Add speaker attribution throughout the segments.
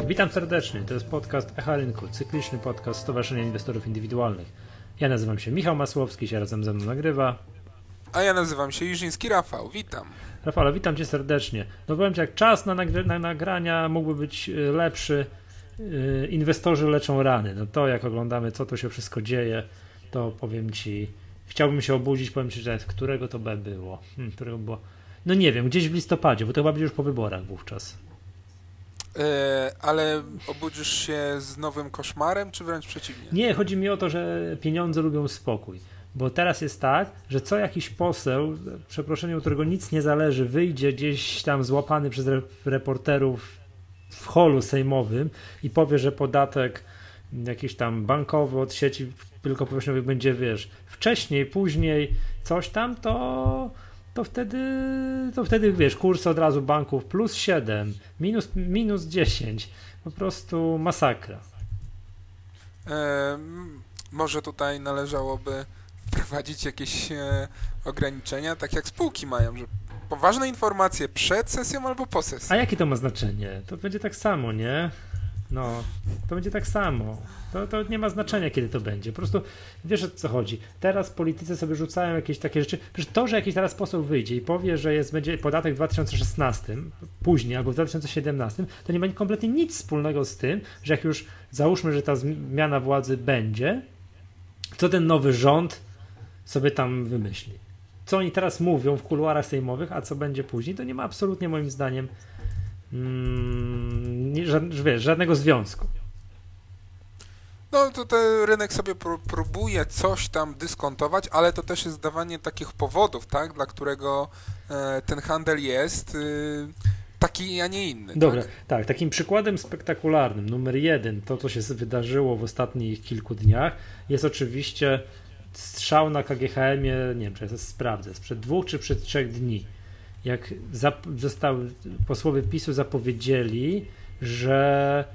Speaker 1: Witam serdecznie, to jest podcast Echa Rynku, cykliczny podcast Stowarzyszenia Inwestorów Indywidualnych. Ja nazywam się Michał Masłowski, się razem ze mną nagrywa.
Speaker 2: A ja nazywam się Jużyński Rafał, witam.
Speaker 1: Rafał, witam Cię serdecznie. No powiem Ci, jak czas na nagrania mógłby być lepszy, inwestorzy leczą rany. No to jak oglądamy, co tu się wszystko dzieje, to powiem Ci, chciałbym się obudzić, powiem Ci, że którego to było? Którego było? No nie wiem, gdzieś w listopadzie, bo to chyba będzie już po wyborach wówczas.
Speaker 2: Ale obudzisz się z nowym koszmarem, czy wręcz przeciwnie?
Speaker 1: Nie, chodzi mi o to, że pieniądze lubią spokój. Bo teraz jest tak, że co jakiś poseł, przeproszeniem, od którego nic nie zależy, wyjdzie gdzieś tam złapany przez reporterów w holu sejmowym i powie, że podatek jakiś tam bankowy od sieci wielkopowierzchniowych będzie, wiesz, wcześniej, później, coś tam, to wtedy, wiesz, kurs od razu banków plus 7, minus 10, po prostu masakra.
Speaker 2: Może tutaj należałoby wprowadzić jakieś ograniczenia, tak jak spółki mają, że ważne informacje przed sesją albo po sesji.
Speaker 1: A jakie to ma znaczenie? To będzie tak samo, nie? No, to będzie tak samo. To nie ma znaczenia, kiedy to będzie. Po prostu wiesz, o co chodzi. Teraz politycy sobie rzucają jakieś takie rzeczy. Przecież to, że jakiś teraz poseł wyjdzie i powie, że będzie podatek w 2016, później albo w 2017, to nie ma kompletnie nic wspólnego z tym, że jak już załóżmy, że ta zmiana władzy będzie, co ten nowy rząd sobie tam wymyśli. Co oni teraz mówią w kuluarach sejmowych, a co będzie później, to nie ma absolutnie moim zdaniem żadnego związku.
Speaker 2: No to ten rynek sobie próbuje coś tam dyskontować, ale to też jest dawanie takich powodów, tak, dla którego ten handel jest taki, a nie inny.
Speaker 1: Dobra, tak, takim przykładem spektakularnym, numer 1, to co się wydarzyło w ostatnich kilku dniach, jest oczywiście strzał na KGHM-ie, nie wiem, czy ja sprawdzę, sprzed 2 czy przed 3 dni. Jak posłowie PiS-u zapowiedzieli, że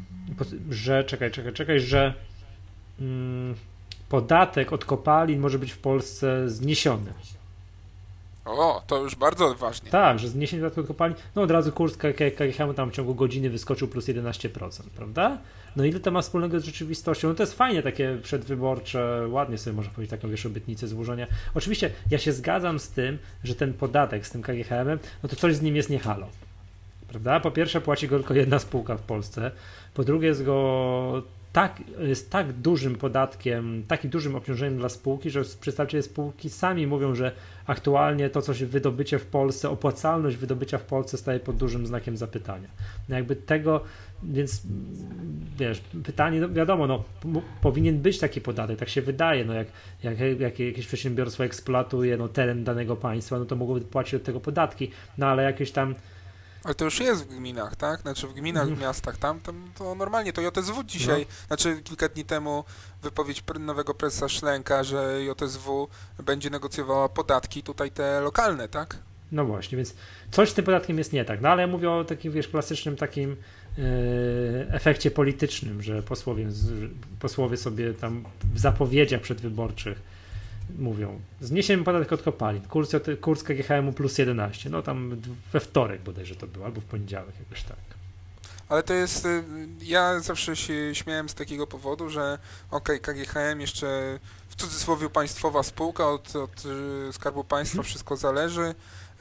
Speaker 1: podatek od kopalin może być w Polsce zniesiony.
Speaker 2: O, to już bardzo odważnie.
Speaker 1: Tak, że zniesienie podatku od kopalin, no od razu kurs KGHM tam w ciągu godziny wyskoczył plus 11%, prawda? No ile to ma wspólnego z rzeczywistością? No to jest fajnie takie przedwyborcze, ładnie sobie można powiedzieć taką, wiesz, obietnicę złożenia. Oczywiście ja się zgadzam z tym, że ten podatek z tym KGHM-em, no to coś z nim jest nie halo. Prawda? Po pierwsze płaci go tylko jedna spółka w Polsce, po drugie jest tak dużym podatkiem, takim dużym obciążeniem dla spółki, że przedstawiciele spółki sami mówią, że aktualnie to, co się wydobycie w Polsce, opłacalność wydobycia w Polsce staje pod dużym znakiem zapytania. No jakby tego, więc wiesz, pytanie, no wiadomo, no powinien być taki podatek, tak się wydaje, no jak jakieś przedsiębiorstwo eksploatuje teren danego państwa, no to mogłoby płacić od tego podatki, no ale jakieś tam.
Speaker 2: Ale to już jest w gminach, tak? Znaczy w gminach, w miastach, tam to normalnie, to JSW dzisiaj, znaczy kilka dni temu wypowiedź nowego prezesa Szlenka, że JSW będzie negocjowała podatki tutaj te lokalne, tak?
Speaker 1: No właśnie, więc coś z tym podatkiem jest nie tak, no ale ja mówię o takim, wiesz, klasycznym takim efekcie politycznym, że posłowie sobie tam w zapowiedziach przedwyborczych mówią, zniesiemy podatek od kopalin, kurs KGHM-u plus 11, no tam we wtorek bodajże to było, albo w poniedziałek jakoś tak.
Speaker 2: Ale to jest, ja zawsze się śmiałem z takiego powodu, że KGHM jeszcze w cudzysłowie państwowa spółka, od Skarbu Państwa wszystko zależy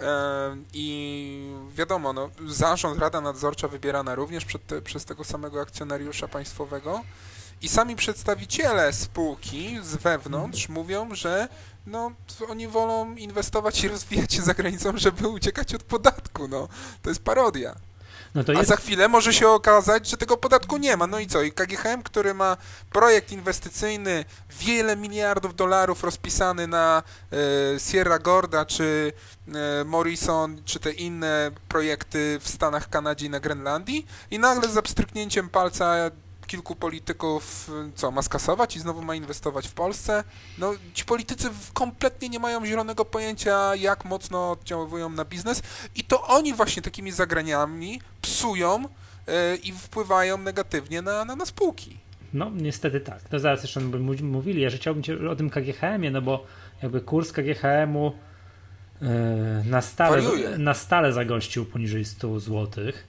Speaker 2: i wiadomo, no, zarząd, rada nadzorcza wybierana również przez tego samego akcjonariusza państwowego. I sami przedstawiciele spółki z wewnątrz mówią, że no, oni wolą inwestować i rozwijać się za granicą, żeby uciekać od podatku. No, to jest parodia.
Speaker 1: No to
Speaker 2: A za chwilę może się okazać, że tego podatku nie ma. No i co? I KGHM, który ma projekt inwestycyjny, wiele miliardów dolarów rozpisany na Sierra Gorda, czy Morrison, czy te inne projekty w Stanach, Kanadzie i na Grenlandii i nagle za pstryknięciem palca kilku polityków, ma skasować i znowu ma inwestować w Polsce. No, ci politycy kompletnie nie mają zielonego pojęcia, jak mocno oddziaływują na biznes i to oni właśnie takimi zagraniami psują i wpływają negatywnie na spółki.
Speaker 1: No, niestety tak. To zaraz jeszcze mówili, ja że chciałbym cię o tym KGHM-ie, no bo jakby kurs KGHM-u na stale zagościł poniżej 100 zł.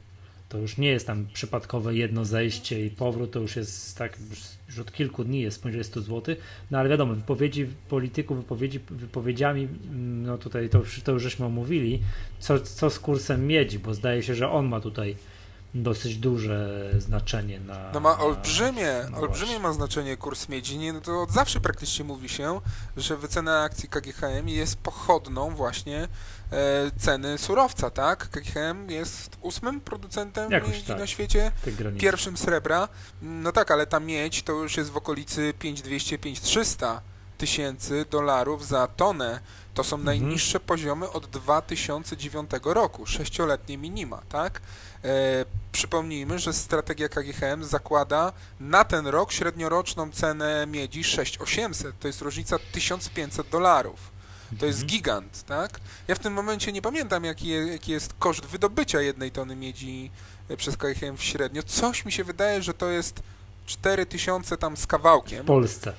Speaker 1: To już nie jest tam przypadkowe jedno zejście i powrót, to już jest tak, już od kilku dni jest poniżej 100 zł, no ale wiadomo, wypowiedzi polityków, wypowiedziami, no tutaj to już żeśmy omówili, co z kursem miedzi, bo zdaje się, że on ma tutaj dosyć duże znaczenie na...
Speaker 2: No ma olbrzymie
Speaker 1: właśnie.
Speaker 2: ma znaczenie kurs miedzi. Nie, no to od zawsze praktycznie mówi się, że wycena akcji KGHM jest pochodną właśnie ceny surowca, tak? KGHM jest 8. producentem
Speaker 1: Jakoś
Speaker 2: miedzi
Speaker 1: tak,
Speaker 2: na świecie,
Speaker 1: tych granic.
Speaker 2: 1. srebra. No tak, ale ta miedź to już jest w okolicy 5200-5300 tysięcy dolarów za tonę. To są najniższe poziomy od 2009 roku, 6-letnie minima, tak? Przypomnijmy, że strategia KGHM zakłada na ten rok średnioroczną cenę miedzi 6800, to jest różnica $1500. To jest gigant, tak? Ja w tym momencie nie pamiętam, jaki jest koszt wydobycia jednej tony miedzi przez KGHM średnio. Coś mi się wydaje, że to jest 4000 tam z kawałkiem.
Speaker 1: W Polsce.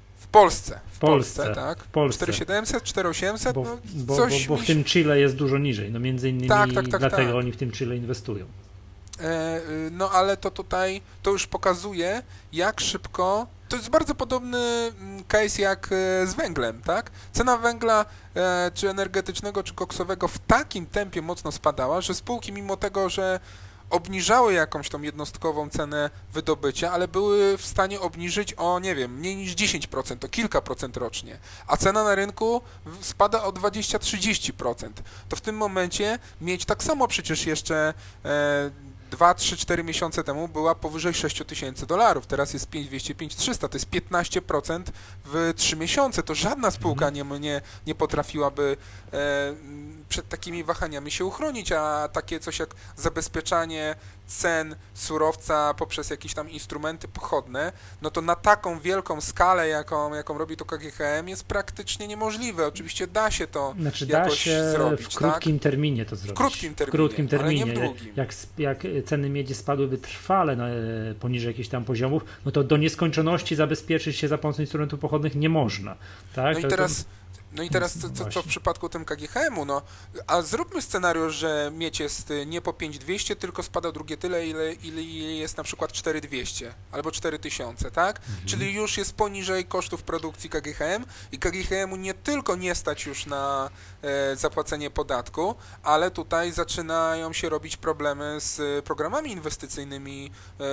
Speaker 2: W Polsce, tak?
Speaker 1: W Polsce.
Speaker 2: 4700, 4800,
Speaker 1: bo w tym Chile jest dużo niżej, no między innymi
Speaker 2: tak,
Speaker 1: dlatego oni w tym Chile inwestują.
Speaker 2: No ale to tutaj, to już pokazuje, jak szybko, to jest bardzo podobny case jak z węglem, tak? Cena węgla czy energetycznego, czy koksowego w takim tempie mocno spadała, że spółki mimo tego, że obniżały jakąś tą jednostkową cenę wydobycia, ale były w stanie obniżyć o, nie wiem, mniej niż 10%, o kilka procent rocznie, a cena na rynku spada o 20-30%. To w tym momencie mieć tak samo przecież jeszcze 2, 3, 4 miesiące temu była powyżej $6000, teraz jest 5200, 5300, to jest 15% w 3 miesiące. To żadna spółka nie potrafiłaby przed takimi wahaniami się uchronić, a takie coś jak zabezpieczanie cen surowca poprzez jakieś tam instrumenty pochodne, no to na taką wielką skalę, jaką robi to KGHM, jest praktycznie niemożliwe. Oczywiście da się to jakoś
Speaker 1: da się
Speaker 2: zrobić,
Speaker 1: w krótkim terminie to zrobić.
Speaker 2: W krótkim terminie, ale nie w długim.
Speaker 1: Jak ceny miedzi spadłyby trwale poniżej jakichś tam poziomów, no to do nieskończoności zabezpieczyć się za pomocą instrumentów pochodnych nie można. Tak?
Speaker 2: No i teraz co w przypadku tym KGHM-u? No, a zróbmy scenariusz, że miedź jest nie po 5200, tylko spada drugie tyle, ile jest na przykład 4200 albo 4000, tak? Czyli już jest poniżej kosztów produkcji KGHM i KGHM-u nie tylko nie stać już na zapłacenie podatku, ale tutaj zaczynają się robić problemy z programami inwestycyjnymi,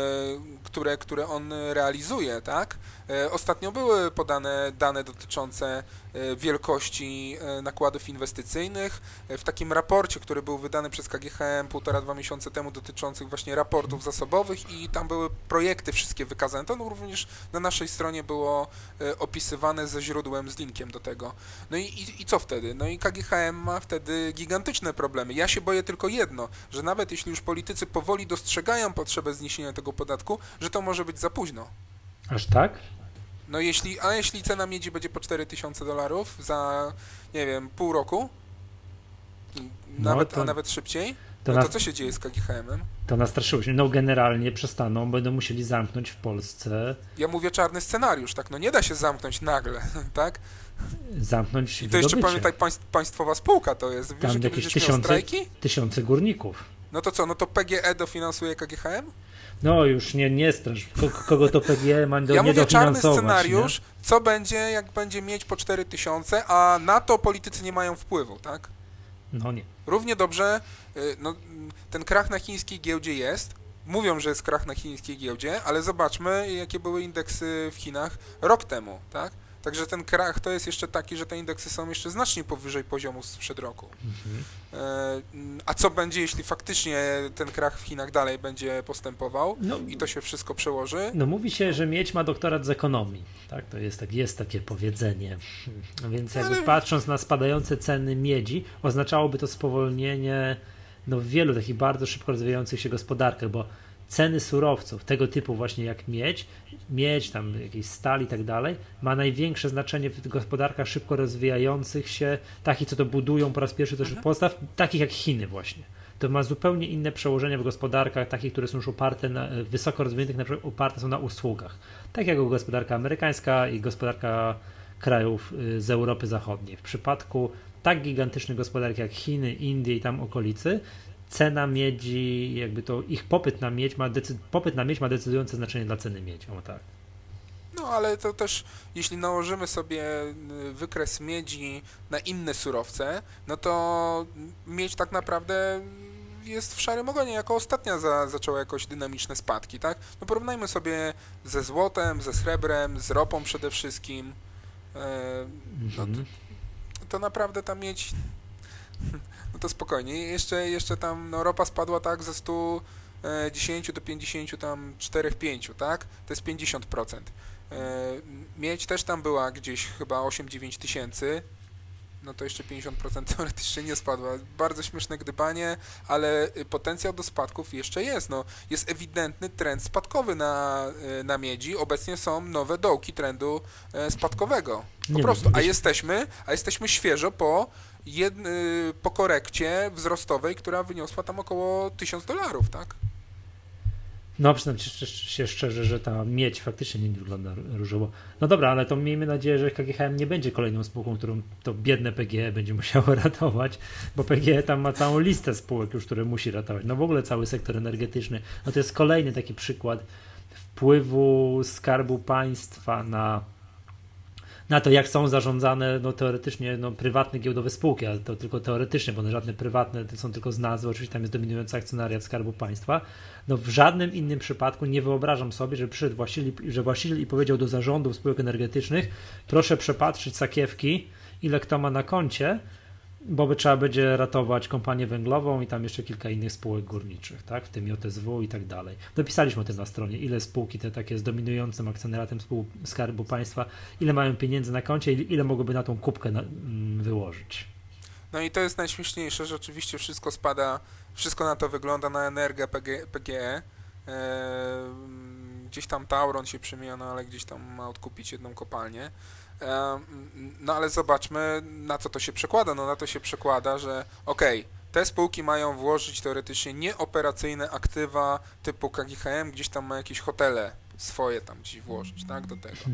Speaker 2: które on realizuje, tak? Ostatnio były podane dane dotyczące wielkości nakładów inwestycyjnych. W takim raporcie, który był wydany przez KGHM 1,5-2 miesiące temu dotyczących właśnie raportów zasobowych i tam były projekty wszystkie wykazane. To również na naszej stronie było opisywane ze źródłem, z linkiem do tego. No i co wtedy? No i KGHM ma wtedy gigantyczne problemy. Ja się boję tylko jedno, że nawet jeśli już politycy powoli dostrzegają potrzebę zniesienia tego podatku, że to może być za późno.
Speaker 1: Aż tak?
Speaker 2: No jeśli cena miedzi będzie po $4000 za, nie wiem, pół roku, a nawet szybciej, to co się dzieje z KGHM-em?
Speaker 1: To nastraszyło się. No generalnie przestaną, będą musieli zamknąć w Polsce.
Speaker 2: Ja mówię czarny scenariusz, tak? No nie da się zamknąć nagle, tak?
Speaker 1: Zamknąć
Speaker 2: i to jeszcze pamiętaj, państwowa spółka to jest. Wiesz,
Speaker 1: tam jakieś tysiące górników.
Speaker 2: No to co, no to PGE dofinansuje KGHM?
Speaker 1: No już nie strasz. Kogo to PGE ma
Speaker 2: Ja mówię czarny scenariusz, nie? Co będzie, jak będzie mieć po 4000, a na to politycy nie mają wpływu, tak?
Speaker 1: No nie.
Speaker 2: Równie dobrze, no, ten krach na chińskiej giełdzie jest. Mówią, że jest krach na chińskiej giełdzie, ale zobaczmy, jakie były indeksy w Chinach rok temu, tak? Także ten krach to jest jeszcze taki, że te indeksy są jeszcze znacznie powyżej poziomu sprzed roku. A co będzie, jeśli faktycznie ten krach w Chinach dalej będzie postępował i to się wszystko przełoży?
Speaker 1: No mówi się, że miedź ma doktorat z ekonomii. Tak, to jest takie powiedzenie. Więc jakby patrząc na spadające ceny miedzi, oznaczałoby to spowolnienie w wielu takich bardzo szybko rozwijających się gospodarkach, bo ceny surowców, tego typu właśnie jak miedź, tam jakieś stal i tak dalej, ma największe znaczenie w gospodarkach szybko rozwijających się, takich, co to budują po raz pierwszy też podstaw, takich jak Chiny właśnie. To ma zupełnie inne przełożenie w gospodarkach, takich, które są już oparte na, wysoko rozwiniętych, na przykład oparte są na usługach. Tak jak gospodarka amerykańska i gospodarka krajów z Europy Zachodniej. W przypadku tak gigantycznych gospodarek jak Chiny, Indie i tam okolicy, cena miedzi, jakby to ich popyt na miedź ma decydujące znaczenie dla ceny miedzi. O tak.
Speaker 2: No ale to też, jeśli nałożymy sobie wykres miedzi na inne surowce, no to miedź tak naprawdę jest w szarym ogonie, jako ostatnia zaczęła jakoś dynamiczne spadki, tak? No porównajmy sobie ze złotem, ze srebrem, z ropą przede wszystkim. No to naprawdę ta miedź, no to spokojnie. Jeszcze tam no, ropa spadła tak ze 110 do 50, tam 4-5, tak? To jest 50%. Miedź też tam była gdzieś chyba 8-9 tysięcy, no to jeszcze 50% teoretycznie nie spadła. Bardzo śmieszne gdybanie, ale potencjał do spadków jeszcze jest. No, jest ewidentny trend spadkowy na miedzi. Obecnie są nowe dołki trendu spadkowego. Po prostu. A jesteśmy świeżo po korekcie wzrostowej, która wyniosła tam około $1000, tak?
Speaker 1: No, przyznam się szczerze, że ta miedź faktycznie nie wygląda różowo. No dobra, ale to miejmy nadzieję, że KGHM nie będzie kolejną spółką, którą to biedne PGE będzie musiało ratować, bo PGE tam ma całą listę spółek już, które musi ratować. No w ogóle cały sektor energetyczny. No to jest kolejny taki przykład wpływu Skarbu Państwa na to, jak są zarządzane, no teoretycznie, no prywatne giełdowe spółki, ale to tylko teoretycznie, bo one żadne prywatne, to są tylko z nazwy, oczywiście tam jest dominujący akcjonariat Skarbu Państwa. No w żadnym innym przypadku nie wyobrażam sobie, że przyszedł właściciel i powiedział do zarządów spółek energetycznych: proszę przepatrzyć sakiewki, ile kto ma na koncie, bo by trzeba będzie ratować kompanię węglową i tam jeszcze kilka innych spółek górniczych, tak, w tym JSW i tak dalej. Dopisaliśmy o tym na stronie, ile spółki te takie z dominującym akcjonariatem Skarbu Państwa, ile mają pieniędzy na koncie i ile mogłyby na tą kubkę wyłożyć.
Speaker 2: No i to jest najśmieszniejsze, że oczywiście wszystko spada, wszystko na to wygląda na energię PGE. Gdzieś tam Tauron się przemienia, no ale gdzieś tam ma odkupić jedną kopalnię. No ale zobaczmy, na co to się przekłada. No na to się przekłada, że te spółki mają włożyć teoretycznie nieoperacyjne aktywa typu KGHM, gdzieś tam ma jakieś hotele swoje tam gdzieś włożyć, tak, do tego.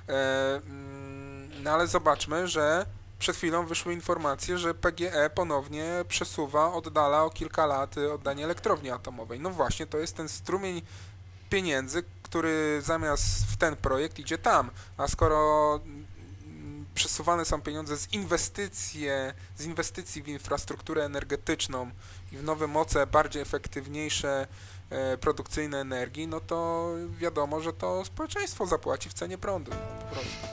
Speaker 2: No ale zobaczmy, że przed chwilą wyszły informacje, że PGE ponownie oddala o kilka lat oddanie elektrowni atomowej. No właśnie, to jest ten strumień pieniędzy, który zamiast w ten projekt idzie tam, a skoro przesuwane są pieniądze z inwestycji w infrastrukturę energetyczną i w nowe moce, bardziej efektywniejsze, produkcyjne energii, no to wiadomo, że to społeczeństwo zapłaci w cenie prądu, no, po prostu.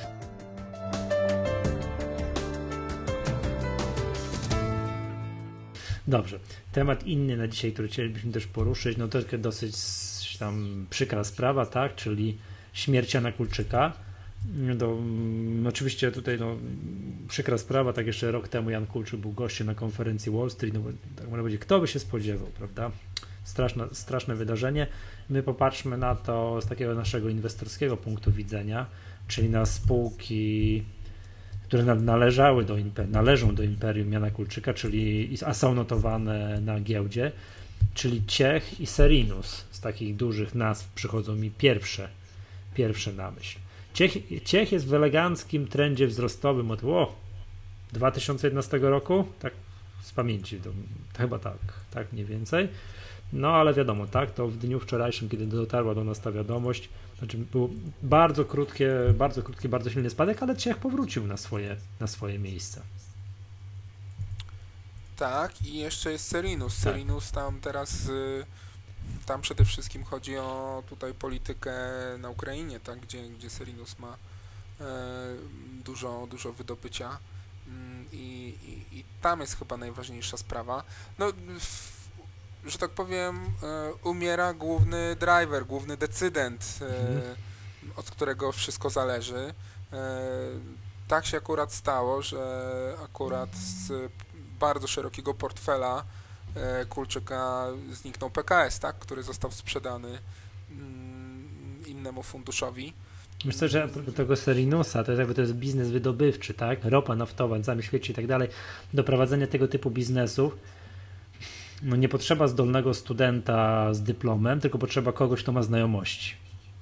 Speaker 1: Dobrze. Temat inny na dzisiaj, który chcielibyśmy też poruszyć, no to dosyć tam przykra sprawa, tak, czyli śmierć Jana Kulczyka. Oczywiście tutaj przykra sprawa, tak jeszcze rok temu Jan Kulczyk był gościem na konferencji Wall Street, no bo tak można powiedzieć, kto by się spodziewał, prawda? Straszne wydarzenie. My popatrzmy na to z takiego naszego inwestorskiego punktu widzenia, czyli na spółki, które należą do imperium Jana Kulczyka, a są notowane na giełdzie, czyli Ciech i Serinus. Z takich dużych nazw przychodzą mi pierwsze na myśl. Ciech jest w eleganckim trendzie wzrostowym od 2011 roku, tak z pamięci, to chyba tak mniej więcej. No ale wiadomo, tak, to w dniu wczorajszym, kiedy dotarła do nas ta wiadomość, znaczy był bardzo krótki, bardzo silny spadek, ale Ciech powrócił na swoje miejsce.
Speaker 2: Tak, i jeszcze jest Serinus.
Speaker 1: Tak.
Speaker 2: Serinus tam teraz, tam przede wszystkim chodzi o tutaj politykę na Ukrainie, tak, gdzie Serinus ma dużo wydobycia i tam jest chyba najważniejsza sprawa. No, że tak powiem, umiera główny driver, główny decydent, od którego wszystko zależy. Tak się akurat stało, że akurat z bardzo szerokiego portfela Kulczyka zniknął PKS, tak, który został sprzedany innemu funduszowi.
Speaker 1: Myślę, że tego Serinusa, to jest biznes wydobywczy, tak? Ropa naftowa, zamysł świeci i tak dalej. Do prowadzenia tego typu biznesów nie potrzeba zdolnego studenta z dyplomem, tylko potrzeba kogoś, kto ma znajomości.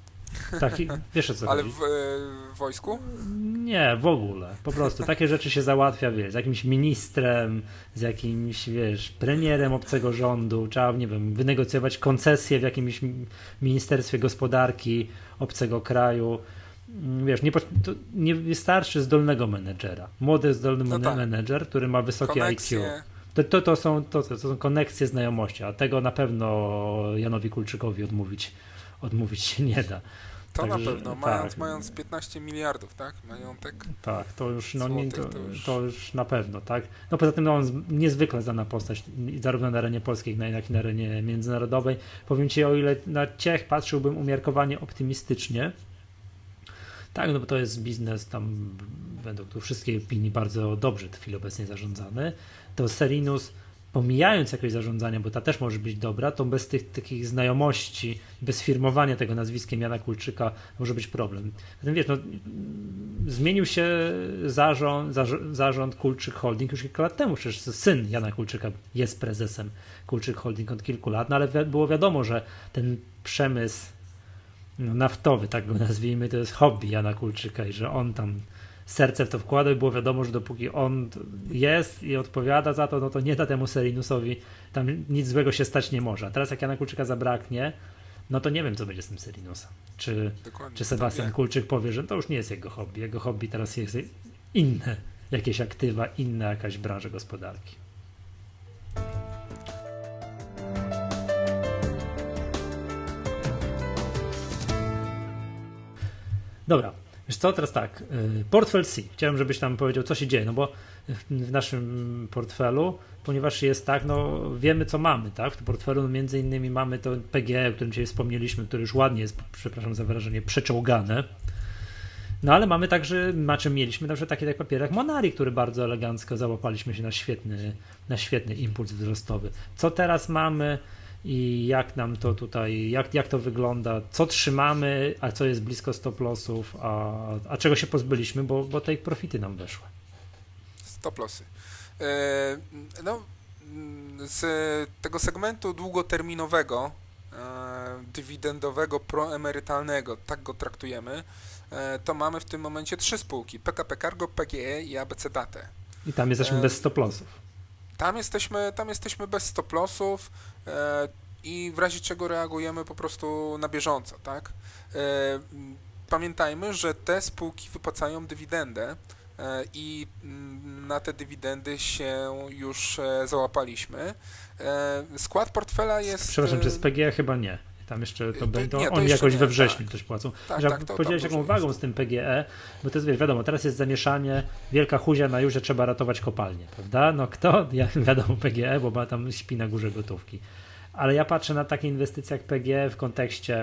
Speaker 1: Taki, wiesz o co
Speaker 2: Ale
Speaker 1: chodzi?
Speaker 2: w wojsku?
Speaker 1: Nie, w ogóle. Po prostu takie rzeczy się załatwia, wiesz, z jakimś ministrem, z jakimś, wiesz, premierem obcego rządu. Trzeba, nie wiem, wynegocjować koncesję w jakimś ministerstwie gospodarki obcego kraju. Wiesz, to nie wystarczy zdolnego menedżera. Młody, zdolny
Speaker 2: No tak.
Speaker 1: menedżer, który ma wysokie IQ.
Speaker 2: Koneksje.
Speaker 1: To są koneksje, znajomości, a tego na pewno Janowi Kulczykowi odmówić się nie da.
Speaker 2: To na
Speaker 1: Także,
Speaker 2: pewno,
Speaker 1: tak,
Speaker 2: mając 15 miliardów, tak? Majątek
Speaker 1: tak, to już, no, nie,
Speaker 2: złotych,
Speaker 1: to już na pewno, tak. No poza tym no, on niezwykle znana postać, zarówno na arenie polskiej, jak i na arenie międzynarodowej. Powiem Ci, o ile na Ciech patrzyłbym umiarkowanie optymistycznie, tak, no bo to jest biznes tam według tu wszystkiej opinii bardzo dobrze w chwili obecnej zarządzany, to Selinus, pomijając jakieś zarządzanie, bo ta też może być dobra, to bez tych takich znajomości, bez firmowania tego nazwiskiem Jana Kulczyka może być problem. Zatem wiesz, no, zmienił się zarząd Kulczyk Holding już kilka lat temu, przecież syn Jana Kulczyka jest prezesem Kulczyk Holding od kilku lat, no ale było wiadomo, że ten przemysł naftowy, tak go nazwijmy, to jest hobby Jana Kulczyka i że on tam serce w to wkłada i było wiadomo, że dopóki on jest i odpowiada za to, no to nie da temu Selinusowi, tam nic złego się stać nie może. A teraz jak Jana Kulczyka zabraknie, no to nie wiem, co będzie z tym Selinusem. Czy Sebastian Kulczyk powie, że to już nie jest jego hobby. Jego hobby teraz jest inne jakieś aktywa, inna jakaś branża gospodarki. Dobra, wiesz co, teraz tak, portfel C, chciałem, żebyś tam powiedział, co się dzieje, no bo w naszym portfelu, ponieważ jest tak, no wiemy, co mamy, tak, w tym portfelu no, między innymi mamy to PGE, o którym dzisiaj wspomnieliśmy, który już ładnie jest, przepraszam za wyrażenie, przeczołgane, no ale mamy także, mieliśmy także takie jak papier jak Monari, który bardzo elegancko załapaliśmy się na świetny impuls wzrostowy. Co teraz mamy i jak nam to tutaj, jak to wygląda, co trzymamy, a co jest blisko stop lossów, a czego się pozbyliśmy, bo te profity nam weszły.
Speaker 2: Stop lossy. No, z tego segmentu długoterminowego, dywidendowego, proemerytalnego, tak go traktujemy, to mamy w tym momencie 3 spółki: PKP Cargo, PGE i ABC Date.
Speaker 1: I tam jesteśmy bez stop lossów.
Speaker 2: Tam jesteśmy bez stop lossów i w razie czego reagujemy po prostu na bieżąco, tak? Pamiętajmy, że te spółki wypłacają dywidendę i na te dywidendy się już załapaliśmy. Skład portfela jest...
Speaker 1: Przepraszam, czy z PGE chyba nie. Tam jeszcze to będą,
Speaker 2: nie, to
Speaker 1: oni
Speaker 2: jeszcze
Speaker 1: jakoś
Speaker 2: nie,
Speaker 1: we wrześniu
Speaker 2: tak.
Speaker 1: coś płacą.
Speaker 2: Tak,
Speaker 1: Podzielić jaką uwagą z tym PGE, bo to jest, wiadomo, teraz jest zamieszanie, wielka huzia na że trzeba ratować kopalnię, prawda? No kto? Wiadomo, PGE, bo ma tam śpi na górze gotówki. Ale ja patrzę na takie inwestycje jak PGE w kontekście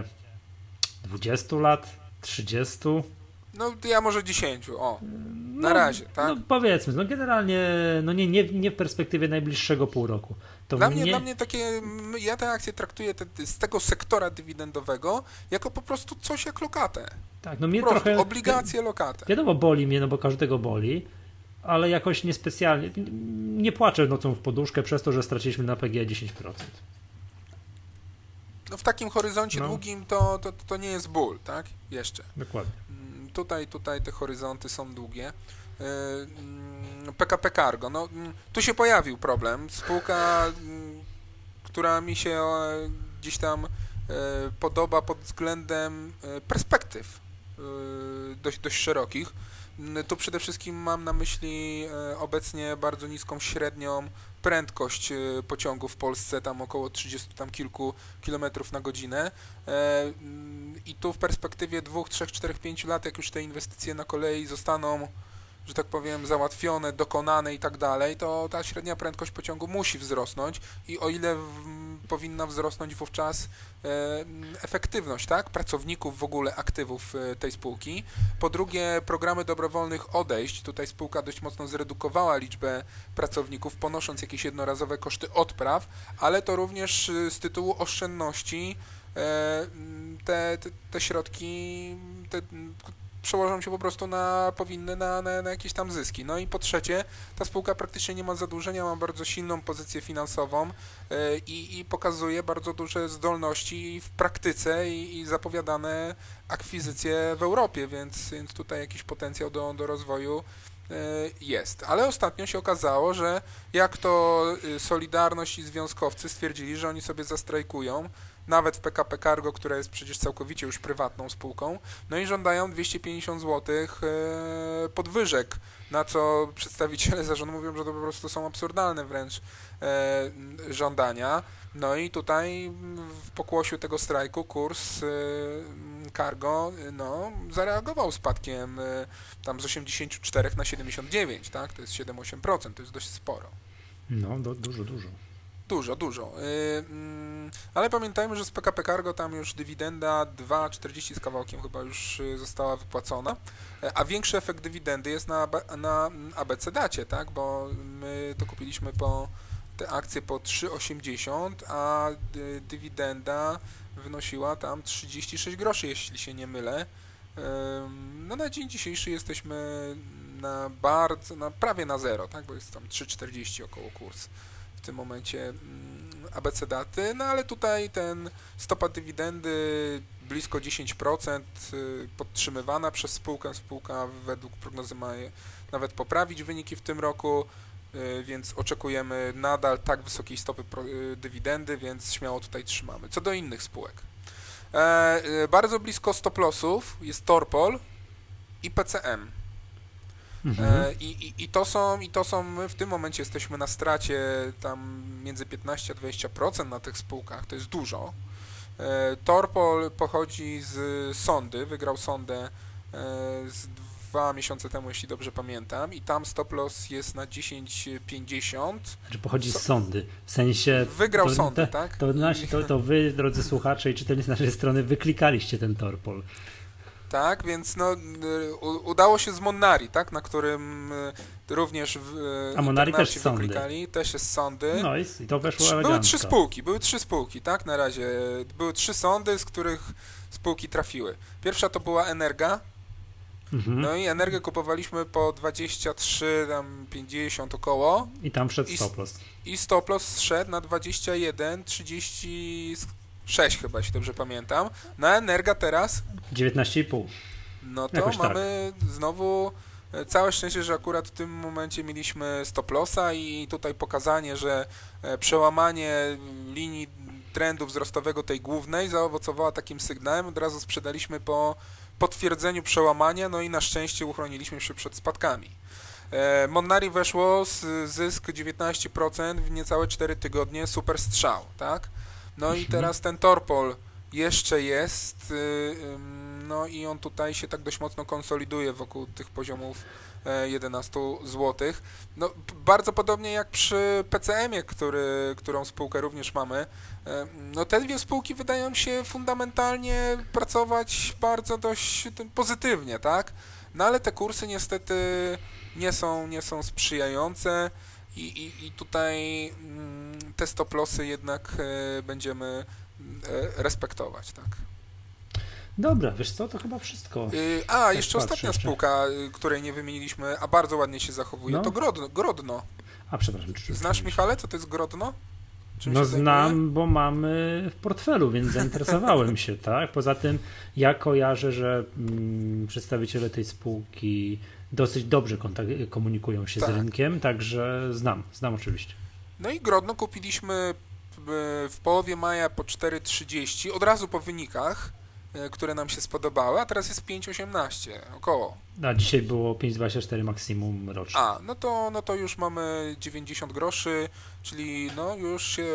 Speaker 1: 20 lat, 30.
Speaker 2: No ja może 10, na razie, tak?
Speaker 1: No powiedzmy, no generalnie, no nie w perspektywie najbliższego pół roku. To
Speaker 2: dla mnie takie, ja te akcje traktuję z tego sektora dywidendowego jako po prostu coś jak lokatę.
Speaker 1: Tak, no mnie
Speaker 2: po prostu
Speaker 1: trochę...
Speaker 2: obligacje, lokatę.
Speaker 1: Wiadomo, boli mnie, no bo każdego boli, ale jakoś niespecjalnie, nie płaczę nocą w poduszkę przez to, że straciliśmy na PGE 10%.
Speaker 2: No w takim horyzoncie długim to nie jest ból, tak? Jeszcze.
Speaker 1: Dokładnie.
Speaker 2: Tutaj te horyzonty są długie. PKP Cargo, no tu się pojawił problem. Spółka, która mi się gdzieś tam podoba pod względem perspektyw dość szerokich. Tu przede wszystkim mam na myśli obecnie bardzo niską średnią prędkość pociągu w Polsce, tam około 30 tam kilku kilometrów na godzinę. I tu w perspektywie 2, 3, 4, 5 lat, jak już te inwestycje na kolei zostaną, że tak powiem, załatwione, dokonane i tak dalej, to ta średnia prędkość pociągu musi wzrosnąć i o ile powinna wzrosnąć wówczas efektywność, tak, pracowników, w ogóle aktywów tej spółki. Po drugie, programy dobrowolnych odejść. Tutaj spółka dość mocno zredukowała liczbę pracowników, ponosząc jakieś jednorazowe koszty odpraw, ale to również z tytułu oszczędności te środki, przełożą się po prostu na jakieś tam zyski. No i po trzecie, ta spółka praktycznie nie ma zadłużenia, ma bardzo silną pozycję finansową i pokazuje bardzo duże zdolności w praktyce i zapowiadane akwizycje w Europie, więc tutaj jakiś potencjał do rozwoju jest. Ale ostatnio się okazało, że jak to Solidarność i związkowcy stwierdzili, że oni sobie zastrajkują, nawet w PKP Cargo, która jest przecież całkowicie już prywatną spółką, no i żądają 250 zł podwyżek, na co przedstawiciele zarządu mówią, że to po prostu są absurdalne wręcz żądania. No i tutaj w pokłosiu tego strajku kurs Cargo zareagował spadkiem tam z 84 na 79, tak? To jest 7-8%, to jest dość sporo.
Speaker 1: No, dużo.
Speaker 2: Dużo. Ale pamiętajmy, że z PKP Cargo tam już dywidenda 2,40 z kawałkiem chyba już została wypłacona, a większy efekt dywidendy jest na ABC Dacie, tak? Bo my to kupiliśmy te akcje po 3,80, a dywidenda wynosiła tam 36 groszy, jeśli się nie mylę. No na dzień dzisiejszy jesteśmy prawie na zero, tak? Bo jest tam 3,40 około kurs w tym momencie ABC Daty, no ale tutaj ten stopa dywidendy blisko 10% podtrzymywana przez spółkę. Spółka według prognozy ma nawet poprawić wyniki w tym roku, więc oczekujemy nadal tak wysokiej stopy dywidendy, więc śmiało tutaj trzymamy. Co do innych spółek. Bardzo blisko stop lossów jest Torpol i PCM. I to są, my w tym momencie jesteśmy na stracie tam między 15 a 20% na tych spółkach, to jest dużo. Torpol pochodzi z Sondy, wygrał Sondę z 2 miesiące temu, jeśli dobrze pamiętam, i tam stop loss jest na 10,50.
Speaker 1: Znaczy pochodzi z Sondy, w sensie...
Speaker 2: Wygrał Sondę, tak?
Speaker 1: To wy, drodzy słuchacze i czytelnicy naszej strony, wyklikaliście ten Torpol. Tak,
Speaker 2: więc udało się z Monari, tak, na którym również
Speaker 1: a Monari też z Sondy.
Speaker 2: Wyklikali, też jest z Sondy.
Speaker 1: No i to weszło elegancko.
Speaker 2: Były trzy spółki, tak, na razie. Były 3 sondy, z których spółki trafiły. Pierwsza to była Energa. No i Energię kupowaliśmy po 23,50 około.
Speaker 1: I tam wszedł stop loss.
Speaker 2: I stop loss szedł na 21,36 chyba, jeśli dobrze pamiętam. Na Energa teraz
Speaker 1: 19,5.
Speaker 2: No to jakoś mamy znowu całe szczęście, że akurat w tym momencie mieliśmy stop lossa i tutaj pokazanie, że przełamanie linii trendu wzrostowego tej głównej zaowocowała takim sygnałem. Od razu sprzedaliśmy po potwierdzeniu przełamania, no i na szczęście uchroniliśmy się przed spadkami. Monari weszło z zysk 19% w niecałe 4 tygodnie, super strzał, tak? No i teraz ten Torpol jeszcze jest, no i on tutaj się tak dość mocno konsoliduje wokół tych poziomów 11 zł. No, bardzo podobnie jak przy PCM-ie, którą spółkę również mamy. No, te dwie spółki wydają się fundamentalnie pracować bardzo dość pozytywnie, tak? No ale te kursy niestety nie są sprzyjające i tutaj te stop lossy jednak będziemy respektować, tak.
Speaker 1: Dobra, wiesz co, to chyba wszystko.
Speaker 2: Jeszcze ostatnia spółka, której nie wymieniliśmy, a bardzo ładnie się zachowuje, to Grodno.
Speaker 1: A przepraszam.
Speaker 2: Znasz, Michale, co to jest Grodno?
Speaker 1: No znam, bo mamy w portfelu, więc zainteresowałem się, tak? Poza tym ja kojarzę, że przedstawiciele tej spółki dosyć dobrze komunikują się z rynkiem, także znam oczywiście.
Speaker 2: No i Grodno kupiliśmy w połowie maja po 4,30, od razu po wynikach, które nam się spodobały, a teraz jest 5,18 około.
Speaker 1: A dzisiaj było 5,24 maksimum rocznie.
Speaker 2: No to już mamy 90 groszy, czyli no już się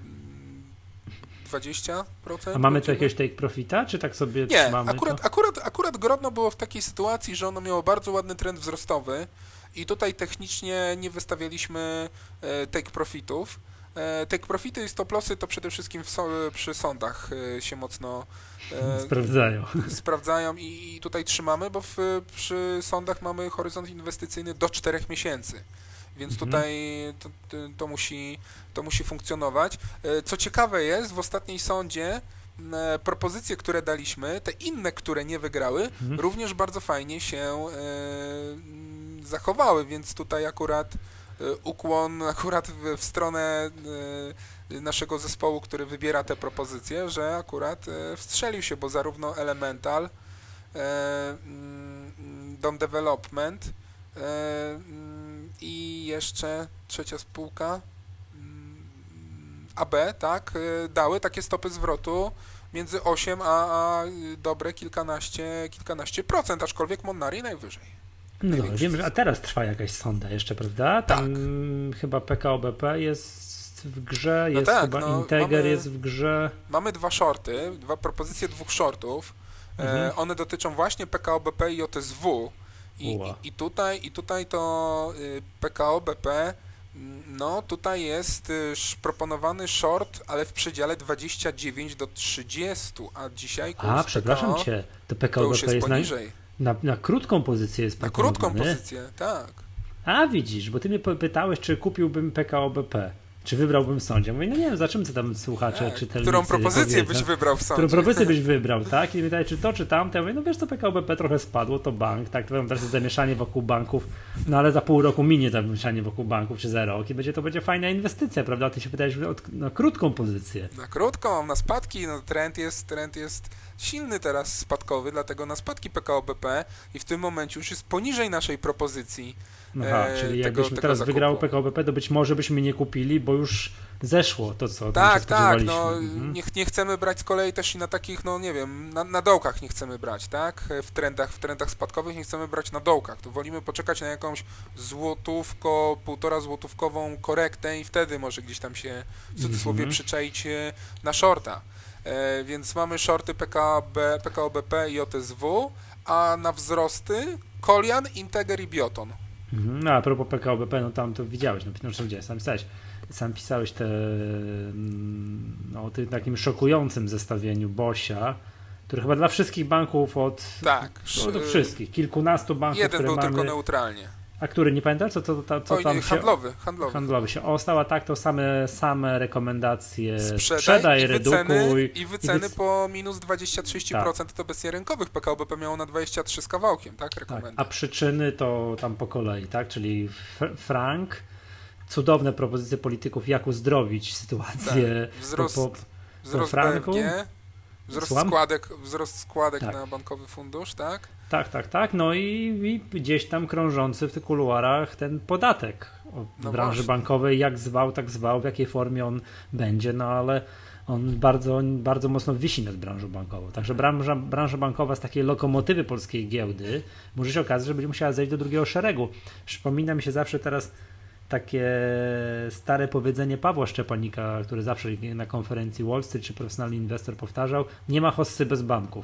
Speaker 2: 20%.
Speaker 1: A mamy tu jakiegoś take profita, czy tak sobie trzymamy?
Speaker 2: Nie, akurat Grodno było w takiej sytuacji, że ono miało bardzo ładny trend wzrostowy i tutaj technicznie nie wystawialiśmy take profitów. Take profity i stop lossy to przede wszystkim przy sądach się mocno sprawdzają i tutaj trzymamy, bo przy sądach mamy horyzont inwestycyjny do 4 miesięcy, więc tutaj to musi funkcjonować. Co ciekawe jest, w ostatniej sądzie propozycje, które daliśmy, te inne, które nie wygrały, również bardzo fajnie się zachowały, więc tutaj akurat ukłon akurat w stronę naszego zespołu, który wybiera te propozycje, że akurat wstrzelił się, bo zarówno Elemental, Dom Development i jeszcze trzecia spółka AB, tak, dały takie stopy zwrotu między 8 a dobre kilkanaście procent, aczkolwiek Monari najwyżej.
Speaker 1: No wiem, że a teraz trwa jakaś sonda jeszcze, prawda? Tam chyba PKO BP jest w grze, jest
Speaker 2: tak,
Speaker 1: chyba Integer jest w grze.
Speaker 2: Mamy dwa shorty, propozycje dwóch shortów. One dotyczą właśnie PKO BP i OTSW. I tutaj to PKO BP, no tutaj jest proponowany short, ale w przedziale 29 do 30, a dzisiaj kurs
Speaker 1: przepraszam
Speaker 2: PKO,
Speaker 1: cię, to PKO
Speaker 2: to już
Speaker 1: BP
Speaker 2: jest
Speaker 1: jest
Speaker 2: poniżej.
Speaker 1: Na krótką pozycję jest
Speaker 2: Na krótką pozycję, tak.
Speaker 1: A widzisz, bo ty mnie pytałeś, czy kupiłbym PKO BP, czy wybrałbym w sądzie. Mówię, no nie wiem, za czym ty tam słuchacze, czytelnicy.
Speaker 2: Którą propozycję byś wybrał w sądzie?
Speaker 1: Którą propozycję byś wybrał, tak? I mnie pytałeś, czy to, czy tamte. Ja mówię, no wiesz co, PKO BP trochę spadło, to bank, tak? Teraz jest zamieszanie wokół banków, no ale za pół roku minie zamieszanie wokół banków, czy za rok i to będzie fajna inwestycja, prawda? Ty się pytałeś na krótką pozycję.
Speaker 2: Na krótką, na spadki, no trend jest silny teraz spadkowy, dlatego na spadki PKO BP i w tym momencie już jest poniżej naszej propozycji.
Speaker 1: Czyli jakbyśmy teraz
Speaker 2: zakupu.
Speaker 1: wygrało PKO BP, to być może byśmy nie kupili, bo już zeszło to, co
Speaker 2: tak, no nie chcemy brać z kolei też i na takich, no nie wiem, na dołkach nie chcemy brać, tak? W trendach spadkowych nie chcemy brać na dołkach, to wolimy poczekać na jakąś półtora złotówkową korektę i wtedy może gdzieś tam się w cudzysłowie przyczaić na shorta. Więc mamy shorty PKO BP i OTSW, a na wzrosty Kolian, Integer i Bioton.
Speaker 1: No a propos PKO BP, no tam to widziałeś, sam pisałeś o tym takim szokującym zestawieniu Bosia, który chyba dla wszystkich banków od wszystkich, kilkunastu banków,
Speaker 2: jeden
Speaker 1: które
Speaker 2: był
Speaker 1: mamy,
Speaker 2: tylko neutralnie.
Speaker 1: A który nie pamiętasz, co tam
Speaker 2: handlowy
Speaker 1: się ostał, a tak to same rekomendacje sprzedaj, redukuj
Speaker 2: i wyceny po minus 20-30% to bez rynkowych PKO BP miało na 23 z kawałkiem, tak? Rekomendy.
Speaker 1: A przyczyny to tam po kolei, tak? Czyli frank, cudowne propozycje polityków, jak uzdrowić sytuację
Speaker 2: wzrost
Speaker 1: franku.
Speaker 2: BFG, wzrost składek na bankowy fundusz, tak?
Speaker 1: Tak. No i gdzieś tam krążący w tych kuluarach ten podatek od branży bankowej, jak zwał, tak zwał, w jakiej formie on będzie, no ale on bardzo, bardzo mocno wisi nad branżą bankową. Także branża bankowa z takiej lokomotywy polskiej giełdy może się okazać, że będzie musiała zejść do drugiego szeregu. Przypomina mi się zawsze teraz takie stare powiedzenie Pawła Szczepanika, który zawsze na konferencji Wall Street czy Profesjonalny Inwestor powtarzał: nie ma hossy bez banków.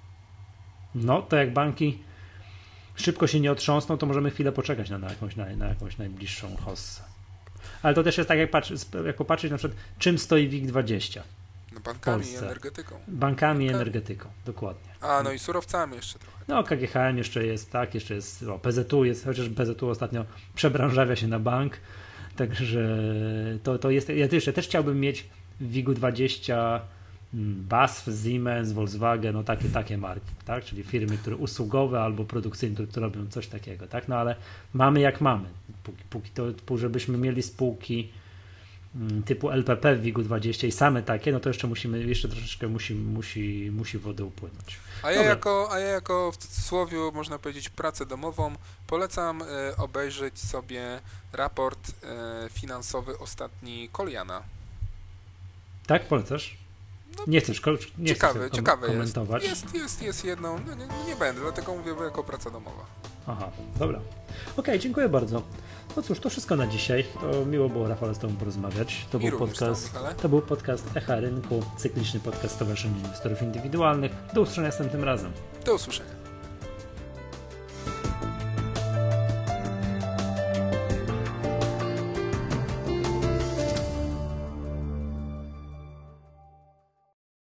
Speaker 1: No, to jak banki szybko się nie otrząsną, to możemy chwilę poczekać na jakąś najbliższą hossę. Ale to też jest tak, jak popatrzeć na przykład, czym stoi WIG20.
Speaker 2: No, bankami i energetyką.
Speaker 1: Bankami i energetyką, dokładnie.
Speaker 2: No i surowcami jeszcze trochę.
Speaker 1: No, KGHM jeszcze jest, PZU jest, chociaż PZU ostatnio przebranżawia się na bank, także to jest, ja też chciałbym mieć w WIG-20 BASF, Siemens, Volkswagen, no takie marki, tak? Czyli firmy, które usługowe albo produkcyjne, które robią coś takiego, tak? No ale mamy jak mamy. Póki to, żebyśmy mieli spółki typu LPP w WIG-20 i same takie, no to jeszcze troszeczkę musi wody upłynąć.
Speaker 2: A ja jako w cudzysłowie można powiedzieć pracę domową polecam obejrzeć sobie raport finansowy ostatni Koliana.
Speaker 1: Tak, polecasz?
Speaker 2: No,
Speaker 1: nie chcesz
Speaker 2: ciekawe
Speaker 1: komentować.
Speaker 2: Jest jedną, nie będę, dlatego mówię jako praca domowa.
Speaker 1: Aha, dobra. Okej, dziękuję bardzo. No cóż, to wszystko na dzisiaj. To miło było, Rafale, z Tobą porozmawiać. To był podcast Echa Rynku, cykliczny podcast Stowarzyszenia Inwestorów Indywidualnych. Do usłyszenia następnym razem.
Speaker 2: Do usłyszenia.